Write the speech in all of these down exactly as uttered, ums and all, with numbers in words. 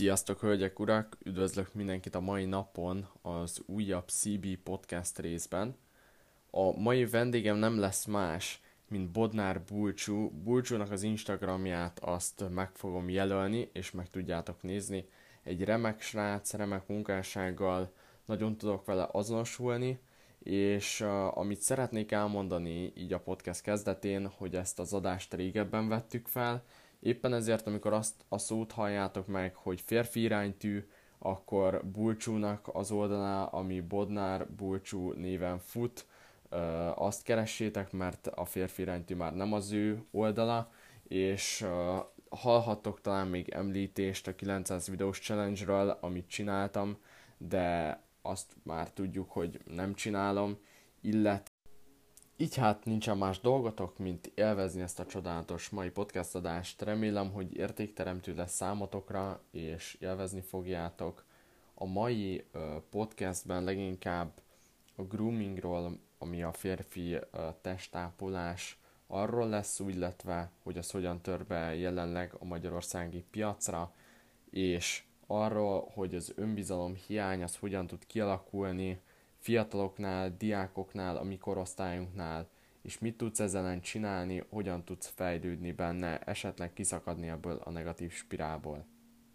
Sziasztok, hölgyek, urak! Üdvözlök mindenkit a mai napon az újabb cé bé podcast részben. A mai vendégem nem lesz más, mint Bodnár Bulcsú. Bulcsúnak az Instagramját azt meg fogom jelölni, és meg tudjátok nézni. Egy remek srác, remek munkássággal, nagyon tudok vele azonosulni, és uh, amit szeretnék elmondani így a podcast kezdetén, hogy ezt az adást régebben vettük fel, éppen ezért, amikor azt a szót halljátok meg, hogy férfi iránytű, akkor Bulcsúnak az oldalá, ami Bodnár Bulcsú néven fut, azt keressétek, mert a férfi iránytű már nem az ő oldala, és hallhattok talán még említést a kilencszáz videós challenge-ről, amit csináltam, de azt már tudjuk, hogy nem csinálom, illetve így hát nincsen más dolgotok, mint élvezni ezt a csodálatos mai podcast adást. Remélem, hogy értékteremtő lesz számotokra, és élvezni fogjátok. A mai uh, podcastben leginkább a groomingról, ami a férfi uh, testápolás, arról lesz szó, illetve hogy az hogyan tör be jelenleg a magyarországi piacra, és arról, hogy az önbizalom hiány az hogyan tud kialakulni fiataloknál, diákoknál, a mi korosztályunknál, és mit tudsz ezzel ellen csinálni, hogyan tudsz fejlődni benne, esetleg kiszakadni ebből a negatív spirálból.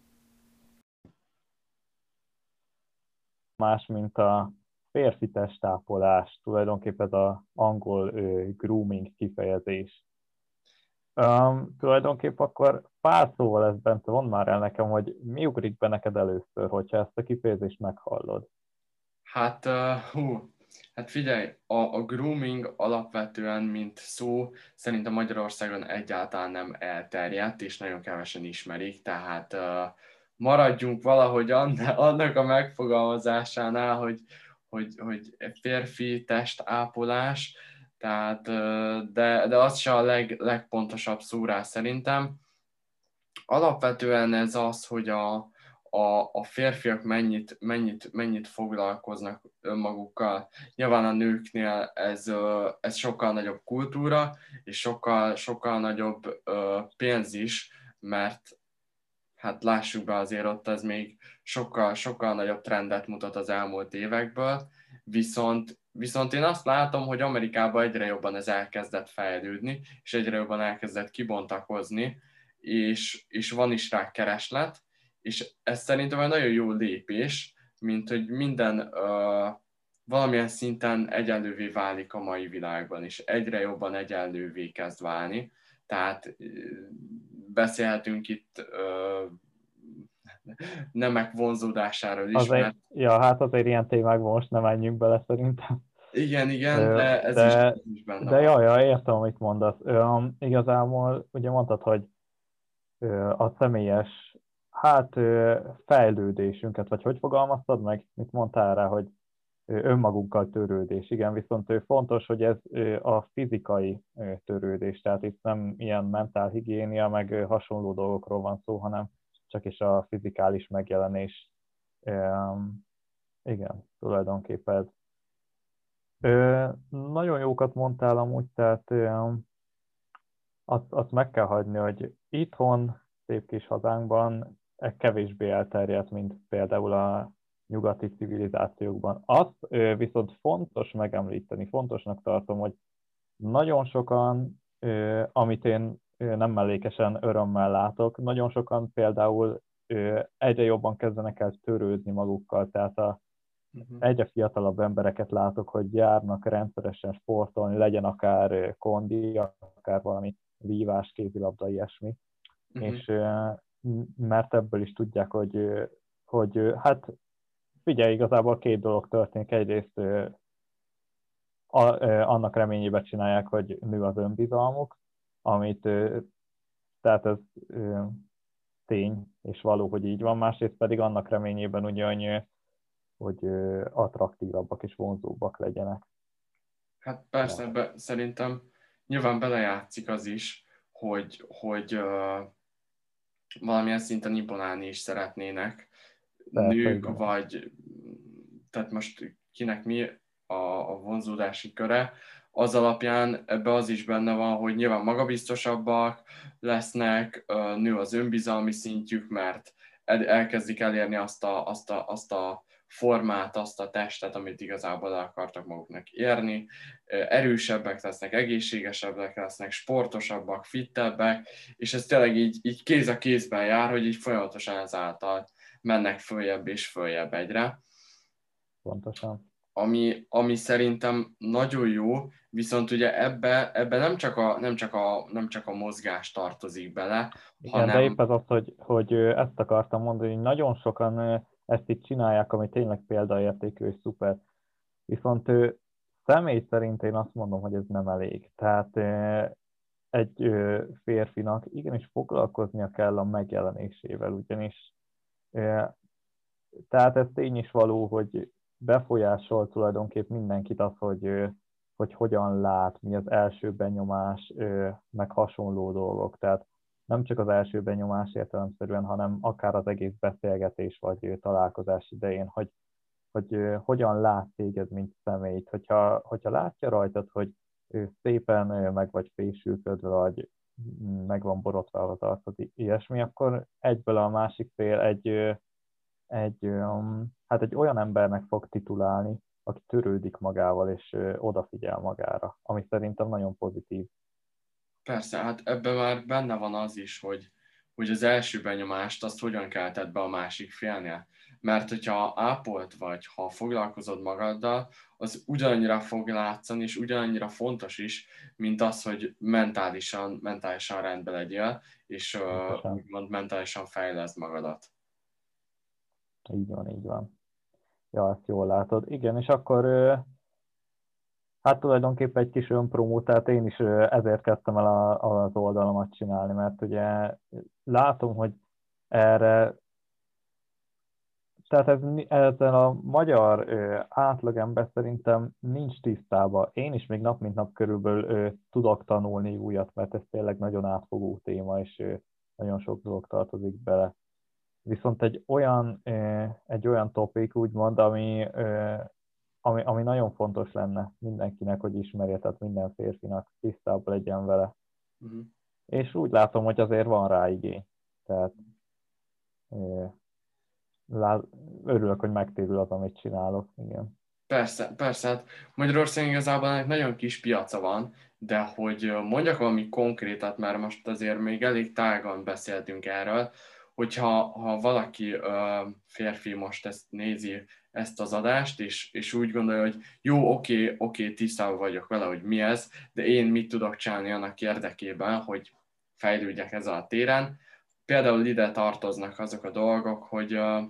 Más, mint a férfi testápolás, tulajdonképpen ez az angol ö, grooming kifejezés. Um, tulajdonképpen akkor pár szóval ezt Bence, mondd már el nekem, hogy mi ugrik be neked először, hogyha ezt a kifejezést meghallod. Hát, uh, hú, hát figyelj, a, a grooming alapvetően, mint szó, szerintem Magyarországon egyáltalán nem elterjedt, és nagyon kevesen ismerik, tehát uh, maradjunk valahogy annak a megfogalmazásánál, hogy, hogy, hogy férfi testápolás, tehát, uh, de, de az se a leg, legpontosabb szó rá szerintem. Alapvetően ez az, hogy a, a, a férfiak mennyit, mennyit, mennyit foglalkoznak önmagukkal. Nyilván a nőknél ez, ez sokkal nagyobb kultúra, és sokkal, sokkal nagyobb pénz is, mert hát lássuk be, azért ott ez még sokkal, sokkal nagyobb trendet mutat az elmúlt évekből, viszont, viszont én azt látom, hogy Amerikában egyre jobban ez elkezdett fejlődni, és egyre jobban elkezdett kibontakozni, és, és van is rá kereslet, és ez szerintem egy nagyon jó lépés, mint hogy minden uh, valamilyen szinten egyenlővé válik a mai világban, és egyre jobban egyenlővé kezd válni. Tehát beszélhetünk itt uh, nemek vonzódásáról is, Azért, mert ja, hát azért ilyen témákban most nem menjünk bele szerintem. igen, igen, de ez is, De, ez is benne de van. ja, ja, értem, amit mondasz. Um, igazából ugye mondtad, hogy a személyes hát fejlődésünket, vagy hogy fogalmaztad meg? Mit mondtál rá, hogy önmagunkkal törődés. Igen, viszont fontos, hogy ez a fizikai törődés, tehát itt nem ilyen mentálhigiénia, meg hasonló dolgokról van szó, hanem csak is a fizikális megjelenés. Igen, tulajdonképpen. Nagyon jókat mondtál amúgy, tehát azt, azt meg kell hagyni, hogy itthon, szép kis hazánkban kevésbé elterjedt, mint például a nyugati civilizációkban. Azt viszont fontos megemlíteni, fontosnak tartom, hogy nagyon sokan, amit én nem mellékesen örömmel látok, nagyon sokan például egyre jobban kezdenek el törődni magukkal, tehát a uh-huh. egyre fiatalabb embereket látok, hogy járnak rendszeresen sportolni, legyen akár kondi, akár valami vívás, kézilabda, ilyesmi. Uh-huh. És mert ebből is tudják, hogy, hogy hát figyelj, igazából két dolog történik. Egyrészt a, annak reményében csinálják, hogy nő az önbizalmuk, amit tehát ez tény és való, hogy így van. Másrészt pedig annak reményében ugye, hogy, hogy attraktívabbak és vonzóbbak legyenek. Hát persze, be, szerintem nyilván belejátszik az is, hogy, hogy uh, valamilyen szinten imponálni is szeretnének persze, nők, igen. Vagy tehát most kinek mi a, a vonzódási köre, az alapján ebbe az is benne van, hogy nyilván magabiztosabbak lesznek, nő az önbizalmi szintjük, mert elkezdik elérni azt a, azt, a, azt a formát, azt a testet, amit igazából el akartak maguknak érni. Erősebbek lesznek, egészségesebbek lesznek, sportosabbak, fittebbek, és ez tényleg így, így kéz a kézben jár, hogy így folyamatosan ezáltal mennek följebb és följebb egyre. Pontosan. Ami, ami szerintem nagyon jó, viszont ugye ebbe, ebbe nem, csak a, nem, csak a, nem csak a mozgás tartozik bele, Igen, de épp hanem... ez az, hogy, hogy ezt akartam mondani, hogy nagyon sokan ezt így csinálják, ami tényleg példaértékű és szuper. Viszont személy szerint én azt mondom, hogy ez nem elég. Tehát egy férfinak igenis foglalkoznia kell a megjelenésével, ugyanis tehát ez tény is való, hogy befolyásol tulajdonképp mindenkit az, hogy, hogy hogyan lát, mi az első benyomás, meg hasonló dolgok. Tehát nem csak az első benyomás értelemszerűen, hanem akár az egész beszélgetés vagy találkozás idején, hogy, hogy hogyan lát téged, mint személyt. Hogyha, hogyha látja rajtad, hogy szépen meg vagy fésülködve, vagy meg van borotválva az arcod, ilyesmi, akkor egyből a másik fél egy egy, um, hát egy olyan embernek fog titulálni, aki törődik magával és uh, odafigyel magára, ami szerintem nagyon pozitív. Persze, hát ebben már benne van az is, hogy, hogy az első benyomást azt hogyan kelted be a másik félnél. Mert hogyha ápolt vagy, ha foglalkozod magaddal, az ugyanannyira fog látszani, és ugyanannyira fontos is, mint az, hogy mentálisan, mentálisan rendben legyél, és uh, Pontosan. úgymond mentálisan fejleszd magadat. Így van, így van. Ja, ezt jól látod. Igen, és akkor uh, hát tulajdonképpen egy kis önpromó, tehát én is uh, ezért kezdtem el a, az oldalamat csinálni, mert ugye látom, hogy erre Tehát ez, ezzel a magyar ö, átlagember szerintem nincs tisztában. Én is még nap mint nap körülbelül ö, tudok tanulni újat, mert ez tényleg nagyon átfogó téma, és ö, nagyon sok dolog tartozik bele. Viszont egy olyan, ö, egy olyan topik, úgymond, ami, ö, ami, ami nagyon fontos lenne mindenkinek, hogy ismerje, tehát minden férfinak tisztában legyen vele. Uh-huh. És úgy látom, hogy azért van rá igény. Tehát ö, lá, örülök, hogy megtérül az, amit csinálok. Igen. Persze, persze, hát Magyarországon igazából ennek nagyon kis piaca van, de hogy mondjak valami konkrétat, mert most azért még elég tágan beszéltünk erről, hogyha ha valaki ö, férfi most ezt nézi, ezt az adást, és, és úgy gondolja, hogy jó, oké, oké, tisztában vagyok vele, hogy mi ez, de én mit tudok csinálni annak érdekében, hogy fejlődjek ezen a téren. Például ide tartoznak azok a dolgok, hogy ö,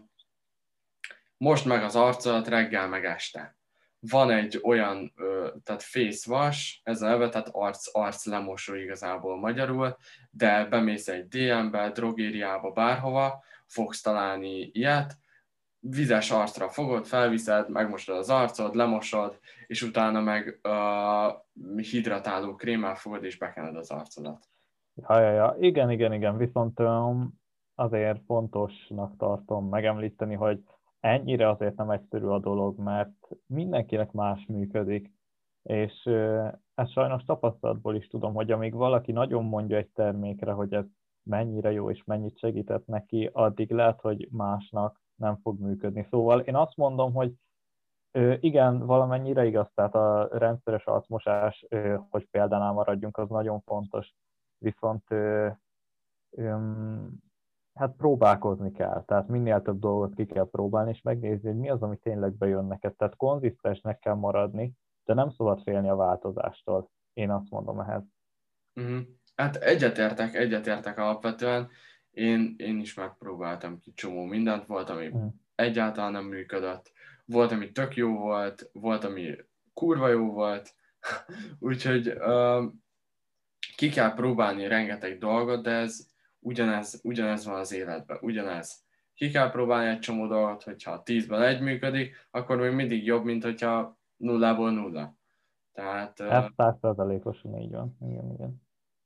most meg az arcodat reggel meg este. Van egy olyan, tehát face wash, ez a neve, tehát arc, arc lemosó igazából magyarul, de bemész egy dé em-be, drogériába, bárhova, fogsz találni ilyet, vizes arcra fogod, felviszed, megmosod az arcod, lemosod, és utána meg uh, hidratáló krémmel fogod, és bekened az arcodat. Ja, ja, ja. Igen, igen, igen, viszont um, azért fontosnak tartom megemlíteni, hogy ennyire azért nem egyszerű a dolog, mert mindenkinek más működik, és uh, ezt sajnos tapasztalatból is tudom, hogy amíg valaki nagyon mondja egy termékre, hogy ez mennyire jó és mennyit segített neki, addig lehet, hogy másnak nem fog működni. Szóval én azt mondom, hogy uh, igen, valamennyire igaz, tehát a rendszeres arcmosás, uh, hogy példánál maradjunk, az nagyon fontos, viszont ö, ö, hát próbálkozni kell, tehát minél több dolgot ki kell próbálni, és megnézni, hogy mi az, ami tényleg bejön neked. Tehát konzisztensnek kell maradni, de nem szabad félni a változástól. Én azt mondom ehhez. Uh-huh. Hát egyetértek, egyetértek alapvetően. Én, én is megpróbáltam ki csomó mindent, volt, ami Mm. egyáltalán nem működött, volt, ami tök jó volt, volt, ami kurva jó volt, úgyhogy uh, ki kell próbálni rengeteg dolgot, de ez ugyanez, ugyanez van az életben, ugyanez. Ki kell próbálni egy csomó dolgot, hogyha tízből egy működik, akkor még mindig jobb, mint hogyha nullából nulla. Tehát Ez uh, száz százalékosan így van. Igen, igen.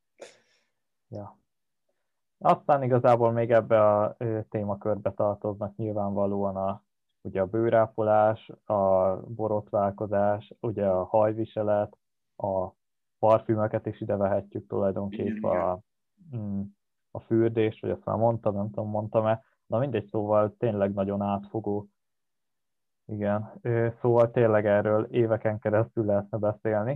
Ja. Aztán igazából még ebbe a ö, témakörbe tartoznak nyilvánvalóan a, ugye a bőrápolás, a borotválkozás, ugye a hajviselet, a parfümöket is ide vehetjük igen, tulajdonképpen, igen. a, mm, a fürdés, vagy azt már mondtam, nem tudom, mondtam-e, Na mindegy, szóval tényleg nagyon átfogó. Igen, Ö, szóval tényleg erről éveken keresztül lehetne beszélni.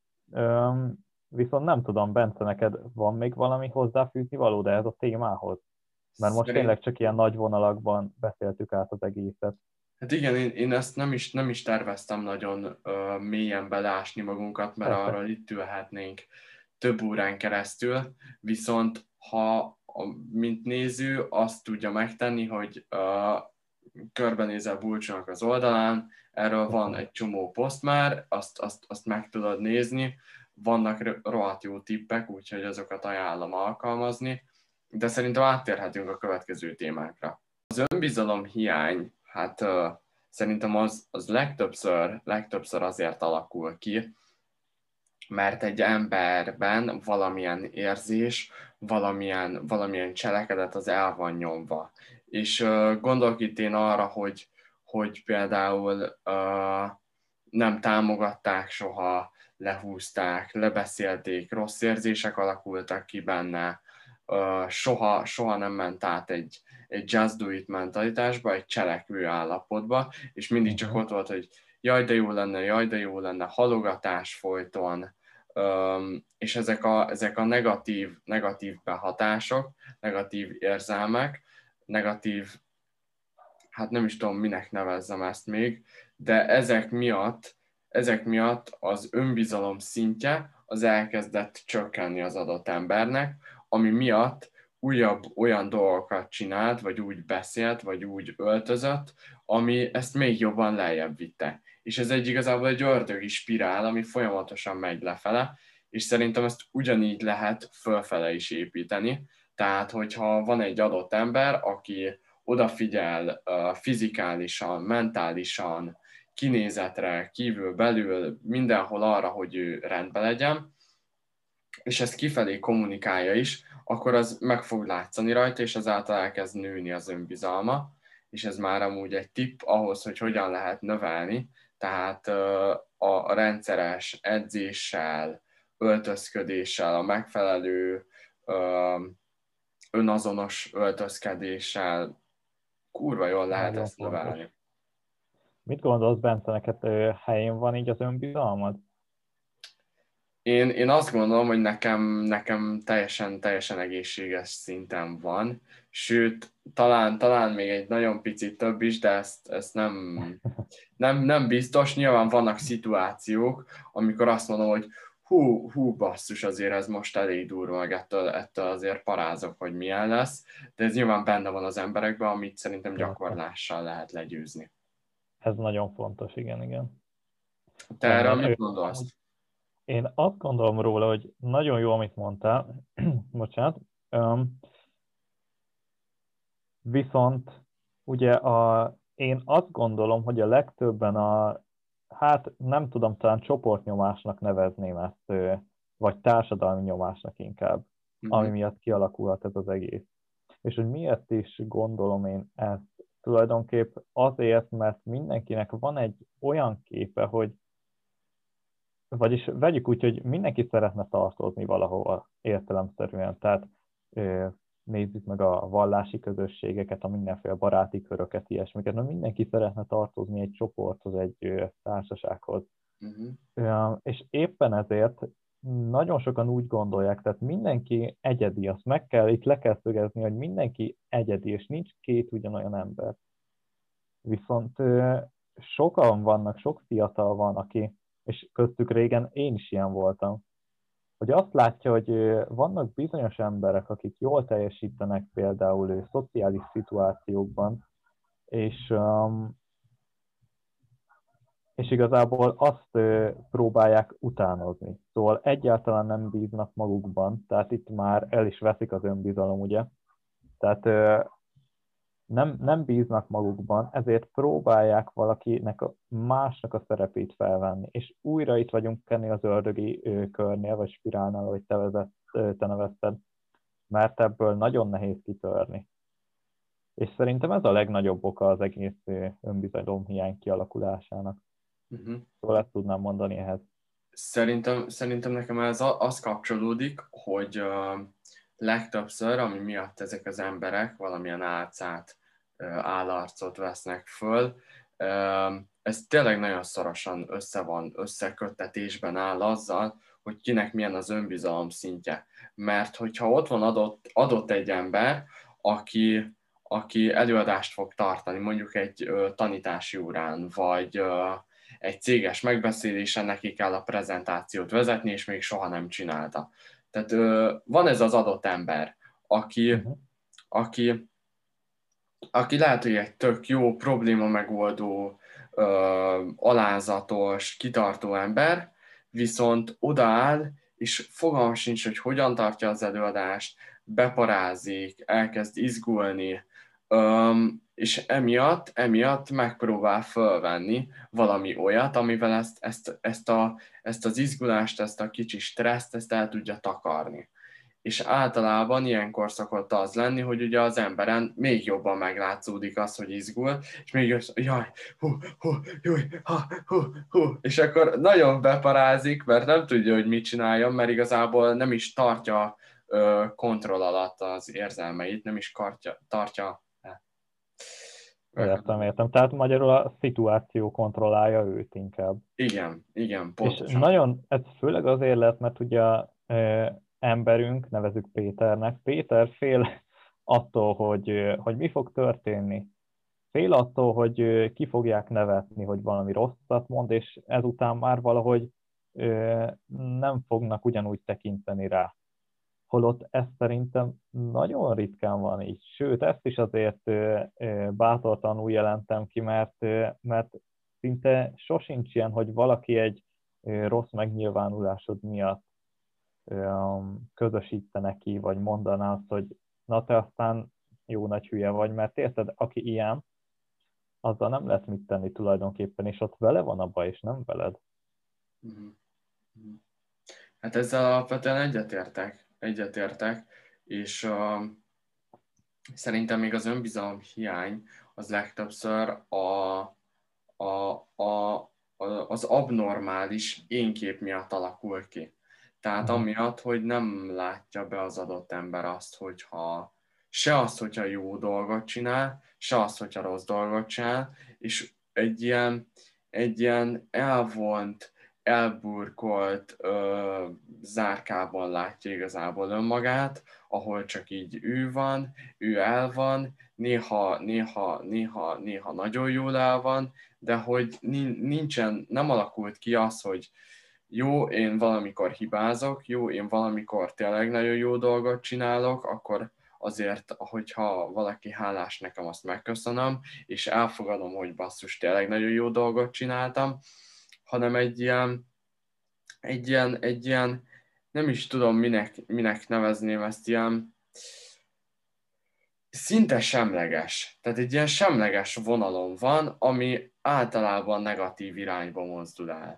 Öm, viszont nem tudom, Bence, neked van még valami hozzáfűzni való, de ez a témához? Mert most Szerint, tényleg csak ilyen nagy vonalakban beszéltük át az egészet. hát igen, én, én ezt nem is, nem is terveztem nagyon ö, mélyen belásni magunkat, mert Persze. arról itt ülhetnénk több órán keresztül, viszont ha a, mint néző azt tudja megtenni, hogy ö, körbenézel Bulcsónak az oldalán, erről van egy csomó poszt már, azt, azt, azt meg tudod nézni, vannak rohadt jó tippek, úgyhogy azokat ajánlom alkalmazni, de szerintem áttérhetünk a következő témákra. Az önbizalom hiány, hát uh, szerintem az, az legtöbbször, legtöbbször azért alakul ki, mert egy emberben valamilyen érzés, valamilyen, valamilyen cselekedet az el van nyomva. És uh, gondolok itt én arra, hogy, hogy például uh, nem támogatták soha, lehúzták, lebeszélték, rossz érzések alakultak ki benne, uh, soha, soha nem ment át egy, egy just do it mentalitásba, egy cselekvő állapotba, és mindig csak Uh-huh. ott volt, hogy jaj, de jó lenne, jaj, de jó lenne, halogatás folyton, um, és ezek a, ezek a negatív, negatív behatások, negatív érzelmek, negatív, hát nem is tudom, minek nevezzem ezt még, de ezek miatt, ezek miatt az önbizalom szintje az elkezdett csökkenni az adott embernek, ami miatt újabb olyan dolgokat csinált, vagy úgy beszélt, vagy úgy öltözött, ami ezt még jobban lejjebb vitte. És ez egy igazából egy ördögi spirál, ami folyamatosan megy lefele, és szerintem ezt ugyanígy lehet fölfele is építeni. Tehát, hogyha van egy adott ember, aki odafigyel uh, fizikálisan, mentálisan, kinézetre, kívül, belül, mindenhol arra, hogy ő rendben legyen, és ezt kifelé kommunikálja is, akkor az meg fog látszani rajta, és azáltal elkezd nőni az önbizalma, és ez már amúgy egy tipp ahhoz, hogy hogyan lehet növelni, tehát uh, a rendszeres edzéssel, öltözködéssel, a megfelelő uh, önazonos öltözkedéssel kurva jól lehet Nagyon ezt fontos. növelni. Mit gondolsz, Bence, neked ö, helyén van így az önbizalmad? Én, én azt gondolom, hogy nekem, nekem teljesen, teljesen egészséges szinten van, sőt, talán, talán még egy nagyon picit több is, de ezt, ezt nem, nem, nem biztos. Nyilván vannak szituációk, amikor azt mondom, hogy hú, hú, basszus, azért ez most elég durva, meg ettől, ettől azért parázok, hogy milyen lesz, de ez nyilván benne van az emberekben, amit szerintem Persze. gyakorlással lehet legyőzni. Ez nagyon fontos, igen, igen. Te Nem, erről én, mit ő, gondolsz? amúgy én azt gondolom róla, hogy nagyon jó, amit mondtál, bocsánat, um, viszont ugye a, én azt gondolom, hogy a legtöbben a, hát nem tudom, talán csoportnyomásnak nevezném ezt, ö, vagy társadalmi nyomásnak inkább, ami Uh-huh. miatt kialakulhat ez az egész. És hogy miért is gondolom én ezt? Tulajdonképp azért, mert mindenkinek van egy olyan képe, hogy vagyis vegyük úgy, hogy mindenki szeretne tartozni valahova értelemszerűen. Tehát ö, nézzük meg a vallási közösségeket, a mindenféle baráti köröket, ilyesmiket, mert mindenki szeretne tartozni egy csoporthoz, egy ö, társasághoz. Uh-huh. Ö, és éppen ezért nagyon sokan úgy gondolják, tehát mindenki egyedi, azt meg kell, itt le kell szögezni, hogy mindenki egyedi, és nincs két ugyanolyan ember. Viszont ö, sokan vannak, sok fiatal van, aki, és köztük régen én is ilyen voltam, hogy azt látja, hogy ö, vannak bizonyos emberek, akik jól teljesítenek például ő, szociális szituációkban, és, um, és igazából azt ö, próbálják utánozni. Szóval egyáltalán nem bíznak magukban, tehát itt már el is veszik az önbizalom, ugye? Tehát ö, nem, nem bíznak magukban, ezért próbálják valakinek a másnak a szerepét felvenni. És újra itt vagyunk ennél az ördögi ö, körnél, vagy spirálnál, ahogy te, vezet, ö, te nevezted, mert ebből nagyon nehéz kitörni. És szerintem ez a legnagyobb oka az egész ö, önbizalom hiány kialakulásának. Uh-huh. Szóval ezt tudnám mondani ehhez. Szerintem, szerintem nekem ez a- az kapcsolódik, hogy uh, legtöbbször, ami miatt ezek az emberek valamilyen álcát állarcot vesznek föl. Ez tényleg nagyon szorosan össze van, összeköttetésben áll azzal, hogy kinek milyen az önbizalom szintje. Mert hogyha ott van adott, adott egy ember, aki, aki előadást fog tartani, mondjuk egy ö, tanítási órán, vagy ö, egy céges megbeszélésen neki kell a prezentációt vezetni, és még soha nem csinálta. Tehát ö, van ez az adott ember, aki, Uh-huh. aki, aki lehet, hogy egy tök jó probléma megoldó, ö, alázatos, kitartó ember, viszont odaáll, és fogalma sincs, hogy hogyan tartja az előadást, beparázik, elkezd izgulni, öm, és emiatt, emiatt megpróbál fölvenni valami olyat, amivel ezt, ezt, ezt, a, ezt az izgulást, ezt a kicsi stresszt, ezt el tudja takarni. És általában ilyenkor szokott az lenni, hogy ugye az emberen még jobban meglátszódik az, hogy izgul, és még az, jaj, hú, hú, júj, ha, hú, hú, és akkor nagyon beparázik, mert nem tudja, hogy mit csináljon, mert igazából nem is tartja ö, kontroll alatt az érzelmeit, nem is kartja, tartja. Értem, értem. Tehát magyarul a szituáció kontrollálja őt inkább. Igen, igen, És pontosan. nagyon, ez főleg azért lett, mert ugye ö, emberünk, nevezük Péternek, Péter fél attól, hogy, ö, hogy mi fog történni. Fél attól, hogy ö, ki fogják nevetni, hogy valami rosszat mond, és ezután már valahogy ö, nem fognak ugyanúgy tekinteni rá. Holott ez szerintem nagyon ritkán van így. Sőt, ezt is azért ö, ö, bátortanul jelentem ki, mert, ö, mert szinte sosincs ilyen, hogy valaki egy ö, rossz megnyilvánulásod miatt ö, közösítene neki, vagy mondaná azt, hogy na te aztán jó nagy hülye vagy, mert érted, aki ilyen, azzal nem lehet mit tenni tulajdonképpen, és ott vele van a baj, és nem veled. Mhm. Mhm. Hát ezzel alapvetően egyetértek, egyetértek, és uh, szerintem még az önbizalom hiány az legtöbbször a, a, a, a, az abnormális énkép miatt alakul ki. Tehát Uh-huh. amiatt, hogy nem látja be az adott ember azt, hogyha se azt, hogyha jó dolgot csinál, se azt, hogyha rossz dolgot csinál, és egy ilyen, egy ilyen elvont, elburkolt ö, zárkában látja igazából önmagát, ahol csak így ő van, ő el van, néha, néha, néha, néha nagyon jól el van, de hogy nincsen, nem alakult ki az, hogy jó, én valamikor hibázok, jó, én valamikor tényleg nagyon jó dolgot csinálok, akkor azért, hogyha valaki hálás nekem, azt megköszönöm, és elfogadom, hogy basszus, tényleg nagyon jó dolgot csináltam, hanem egy ilyen, egy ilyen, egy ilyen nem is tudom, minek, minek nevezném ezt, ilyen szinte semleges. Tehát egy ilyen semleges vonalon van, ami általában negatív irányba mozdul el.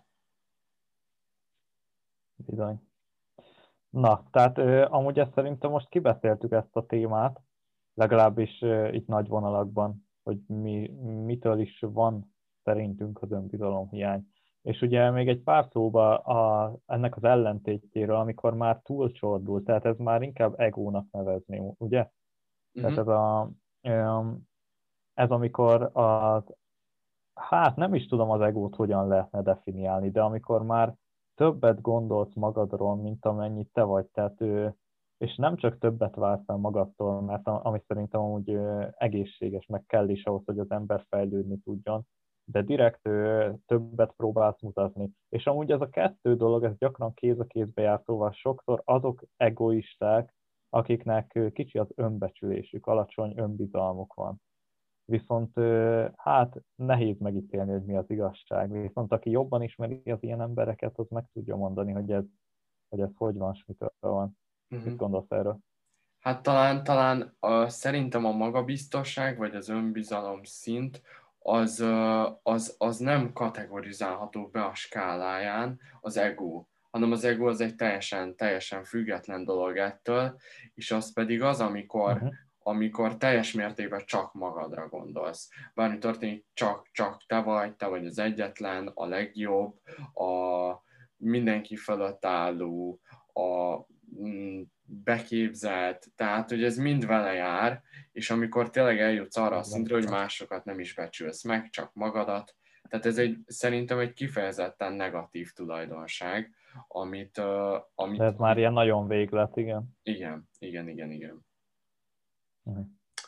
Bizony. Na, tehát ö, amúgy ezt szerintem most kibeszéltük ezt a témát, legalábbis ö, itt nagy vonalakban, hogy mi, mitől is van szerintünk az önbizalomhiány. És ugye még egy pár szóba a, ennek az ellentétjéről, amikor már túlcsordul, tehát ez már inkább egónak nevezném, ugye? Tehát Uh-huh. ez a, ö, ez amikor az, hát nem is tudom az egót hogyan lehetne definiálni, de amikor már többet gondolsz magadról, mint amennyit te vagy, tehát ő, és nem csak többet vársz el magadtól, mert ami szerintem amúgy ő, egészséges, meg kell is ahhoz, hogy az ember fejlődni tudjon, de direkt ő, többet próbálsz mutatni. És amúgy ez a kettő dolog, ez gyakran kéz a kézbe jár, szóval sokszor azok egoisták, akiknek kicsi az önbecsülésük, alacsony önbizalmuk van. Viszont hát nehéz megítélni, hogy mi az igazság. Viszont aki jobban ismeri az ilyen embereket, az meg tudja mondani, hogy ez hogy, ez hogy van, és mitől van. Uh-huh. Mit gondolsz erről? Hát talán, talán a, szerintem a magabiztosság, vagy az önbizalom szint, az, az, az nem kategorizálható be a skáláján az ego, hanem az ego az egy teljesen, teljesen független dolog ettől, és az pedig az, amikor, Uh-huh. amikor teljes mértékben csak magadra gondolsz. Bármi történik, csak, csak te vagy, te vagy az egyetlen, a legjobb, a mindenki fölött álló, a beképzelt, tehát hogy ez mind vele jár, és amikor tényleg eljutsz arra a szintre, hogy másokat nem is becsülsz meg, csak magadat, tehát ez egy, szerintem egy kifejezetten negatív tulajdonság, amit... Uh, amit De ez már ilyen nagyon véglet, igen. Igen, igen, igen, igen. Uh-huh.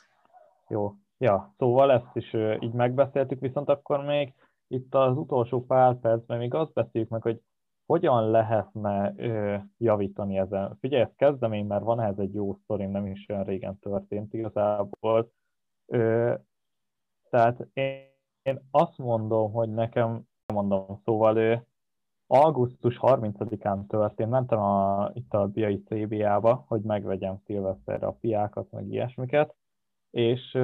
Jó. Ja, szóval ezt is uh, így megbeszéltük, viszont akkor még itt az utolsó pár percben még azt beszéljük meg, hogy hogyan lehetne uh, javítani ezen. Figyelj, ezt kezdem én, mert van ehhez egy jó sztorim, nem is olyan régen történt igazából. Uh, tehát én, én azt mondom, hogy nekem, mondom, szóval ő augusztus harmincadikán történt, mentem a, itt a Biai cé bé á-ba, hogy megvegyem szilveszterre a piákat, meg ilyesmiket, és,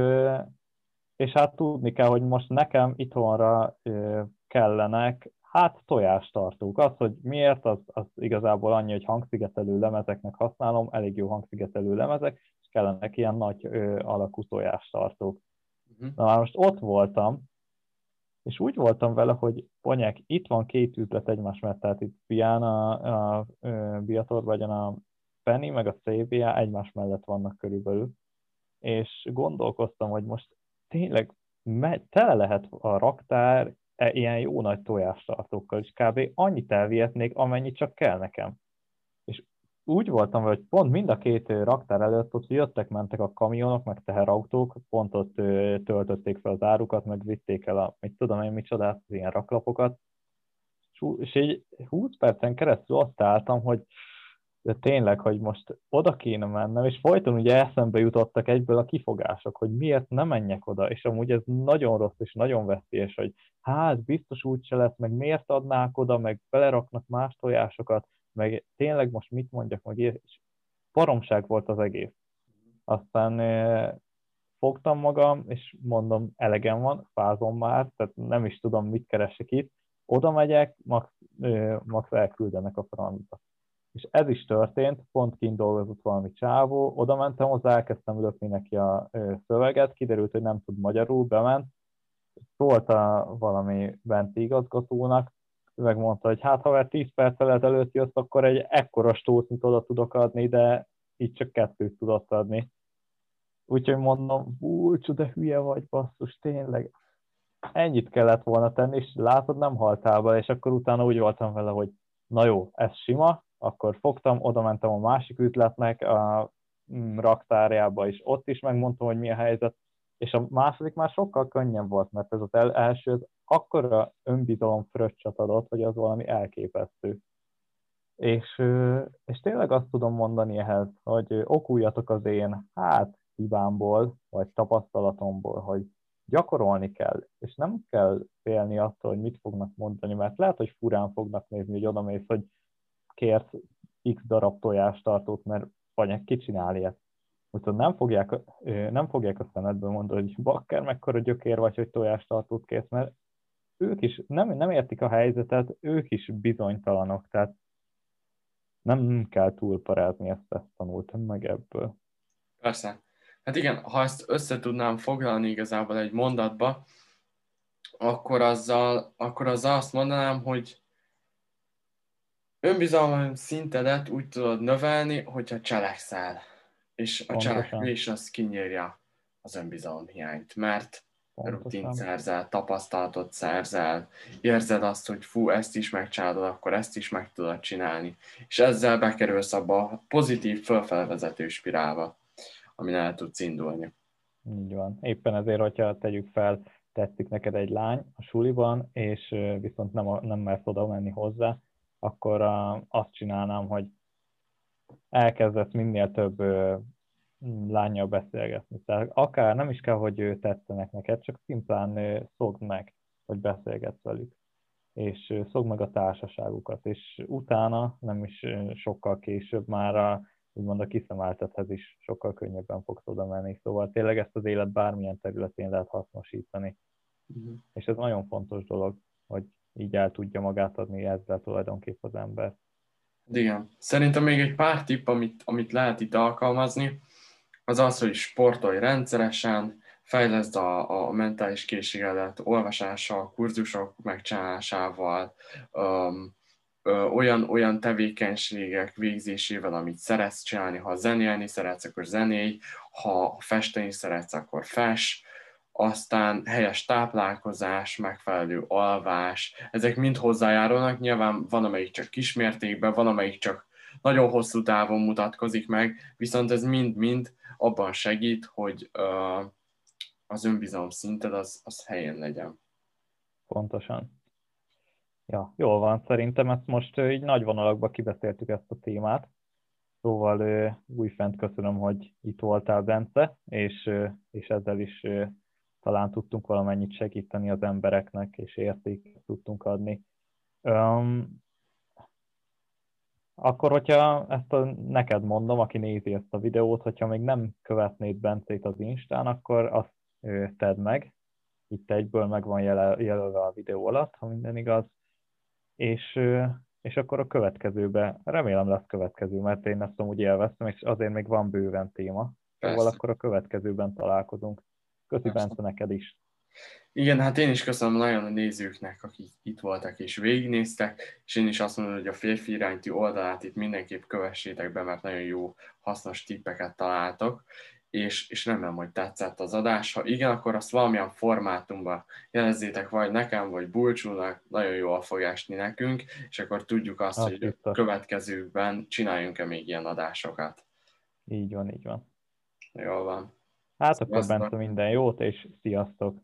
és hát tudni kell, hogy most nekem itthonra kellenek, hát tojástartók. Az, hogy miért, az, az igazából annyi, hogy hangszigetelő lemezeknek használom, elég jó hangszigetelő lemezek, és kellenek ilyen nagy ö, alakú tojástartók. Uh-huh. Na már most ott voltam, és úgy voltam vele, hogy Ponyek, itt van két üzlet egymás mellett, tehát itt Bián, a, a, a Biator, vagy a Penny, meg a cé bé á egymás mellett vannak körülbelül, és gondolkoztam, hogy most tényleg tele lehet a raktár e, ilyen jó nagy tojástartókkal, és kb. Annyit elvihetnék, amennyit csak kell nekem. És úgy voltam, hogy pont mind a két raktár előtt ott jöttek-mentek a kamionok, meg teherautók, pont ott töltötték fel az árukat, meg vitték el a, mit tudom én, micsodát, az ilyen raklapokat. És így húsz percen keresztül ott álltam, hogy de tényleg, hogy most oda kéne mennem, és folyton ugye eszembe jutottak egyből a kifogások, hogy miért nem menjek oda, és amúgy ez nagyon rossz és nagyon veszélyes, hogy hát biztos úgyse lesz, meg miért adnák oda, meg beleraknak más tojásokat, meg tényleg most mit mondjak, meg és baromság volt az egész. Aztán eh, fogtam magam, és mondom, elegem van, fázom már, tehát nem is tudom, mit keresek itt, oda megyek, max, eh, max elküldenek a francba. És ez is történt, pont kint dolgozott valami csávó, oda mentem hozzá, elkezdtem lökni neki a eh, szöveget, kiderült, hogy nem tud magyarul, bement, szólt a valami benti igazgatónak, megmondta, hogy hát ha már tíz perccel ezelőtt jössz, akkor egy ekkora stócnit oda tudok adni, de így csak kettőt tudott adni. Úgyhogy mondom, búcsú, de hülye vagy, basszus, tényleg. Ennyit kellett volna tenni, és látod, nem haltál be, és akkor utána úgy voltam vele, hogy na jó, ez sima, akkor fogtam, oda mentem a másik üzletnek a raktárjába, és ott is megmondtam, hogy mi a helyzet, és a második már sokkal könnyebb volt, mert ez az első az akkora önbizalom fröccsat adott, hogy az valami elképesztő. És, és tényleg azt tudom mondani ehhez, hogy okuljatok az én hát hibámból, vagy tapasztalatomból, hogy gyakorolni kell, és nem kell félni attól, hogy mit fognak mondani, mert lehet, hogy furán fognak nézni, hogy odamész, hogy kérsz x darab tojástartót, mert vagy ki csinál ilyet. Úgyhogy nem fogják, nem fogják a szemedből mondani, hogy bakker, mekkora gyökér vagy, hogy tojástartót kérsz, mert ők is nem, nem értik a helyzetet, ők is bizonytalanok, tehát nem kell túlparázni, ezt, ezt tanultam meg ebből. Persze. Hát igen, ha ezt össze tudnám foglalni igazából egy mondatba, akkor azzal, akkor azzal azt mondanám, hogy önbizalom szintedet úgy tudod növelni, hogyha cselekszel. És a cselekvés az kinyírja az önbizalom hiányt, mert rutint szerzel, tapasztalatot szerzel, érzed azt, hogy fú, ezt is megcsinálod, akkor ezt is meg tudod csinálni. És ezzel bekerülsz abba a pozitív fölfelvezető spirálba, amin el tudsz indulni. Így van. Éppen ezért, hogyha tegyük fel, tetszik neked egy lány a suliban, és viszont nem, nem mersz oda menni hozzá, akkor azt csinálnám, hogy elkezdesz minél több lánnyal beszélgetni. Tehát akár nem is kell, hogy ő tetszenek neked, csak szimplán szokd meg, hogy beszélgetsz velük. És szokd meg a társaságukat. És utána, nem is sokkal később már a, úgymond a kiszemeltethez is sokkal könnyebben fogsz oda menni. Szóval tényleg ezt az élet bármilyen területén lehet hasznosítani. Uh-huh. És ez nagyon fontos dolog, hogy így el tudja magát adni ezzel tulajdonképp az ember. Igen. Szerintem még egy pár tipp, amit, amit lehet itt alkalmazni, az az, hogy sportolj rendszeresen, fejleszd a, a mentális készségedet olvasással, kurzusok megcsinálásával, um, ö, olyan, olyan tevékenységek végzésével, amit szeretsz csinálni. Ha zenélni szeretsz, akkor zenélj, ha festeni szeretsz, akkor fess, aztán helyes táplálkozás, megfelelő alvás, ezek mind hozzájárulnak. Nyilván van, amelyik csak kismértékben, van, amelyik csak nagyon hosszú távon mutatkozik meg, viszont ez mind-mind abban segít, hogy ö, az önbizalom szinted az, az helyén legyen. Pontosan. Ja, jól van, szerintem ezt most ö, így nagy vonalakban kibeszéltük ezt a témát. Szóval ö, újfent köszönöm, hogy itt voltál, Bence, és, ö, és ezzel is ö, talán tudtunk valamennyit segíteni az embereknek, és értéket tudtunk adni. Öm, akkor, hogyha ezt a, neked mondom, aki nézi ezt a videót, hogyha még nem követnéd Bencét az Instán, akkor azt ö, tedd meg. Itt egyből meg van jele- jelölve a videó alatt, ha minden igaz. És, ö, és akkor a következőbe, remélem lesz következő, mert én ezt amúgy élveztem, és azért még van bőven téma. Szóval Persze. akkor a következőben találkozunk. Köszi, Persze. Bence, neked is. Igen, hát én is köszönöm nagyon a nézőknek, akik itt voltak és végignéztek, és én is azt mondom, hogy a férfi iránti oldalát itt mindenképp kövessétek be, mert nagyon jó, hasznos tippeket találtok, és, és remélem, hogy tetszett az adás. Ha igen, akkor azt valamilyen formátumban jelezzétek, vagy nekem, vagy Bulcsúnak, nagyon jól fog esni nekünk, és akkor tudjuk azt, Az hogy a biztos. következőkben csináljunk-e még ilyen adásokat. Így van, így van. Jól van. Hát akkor, Sziasztok! Bence, minden jót, és sziasztok!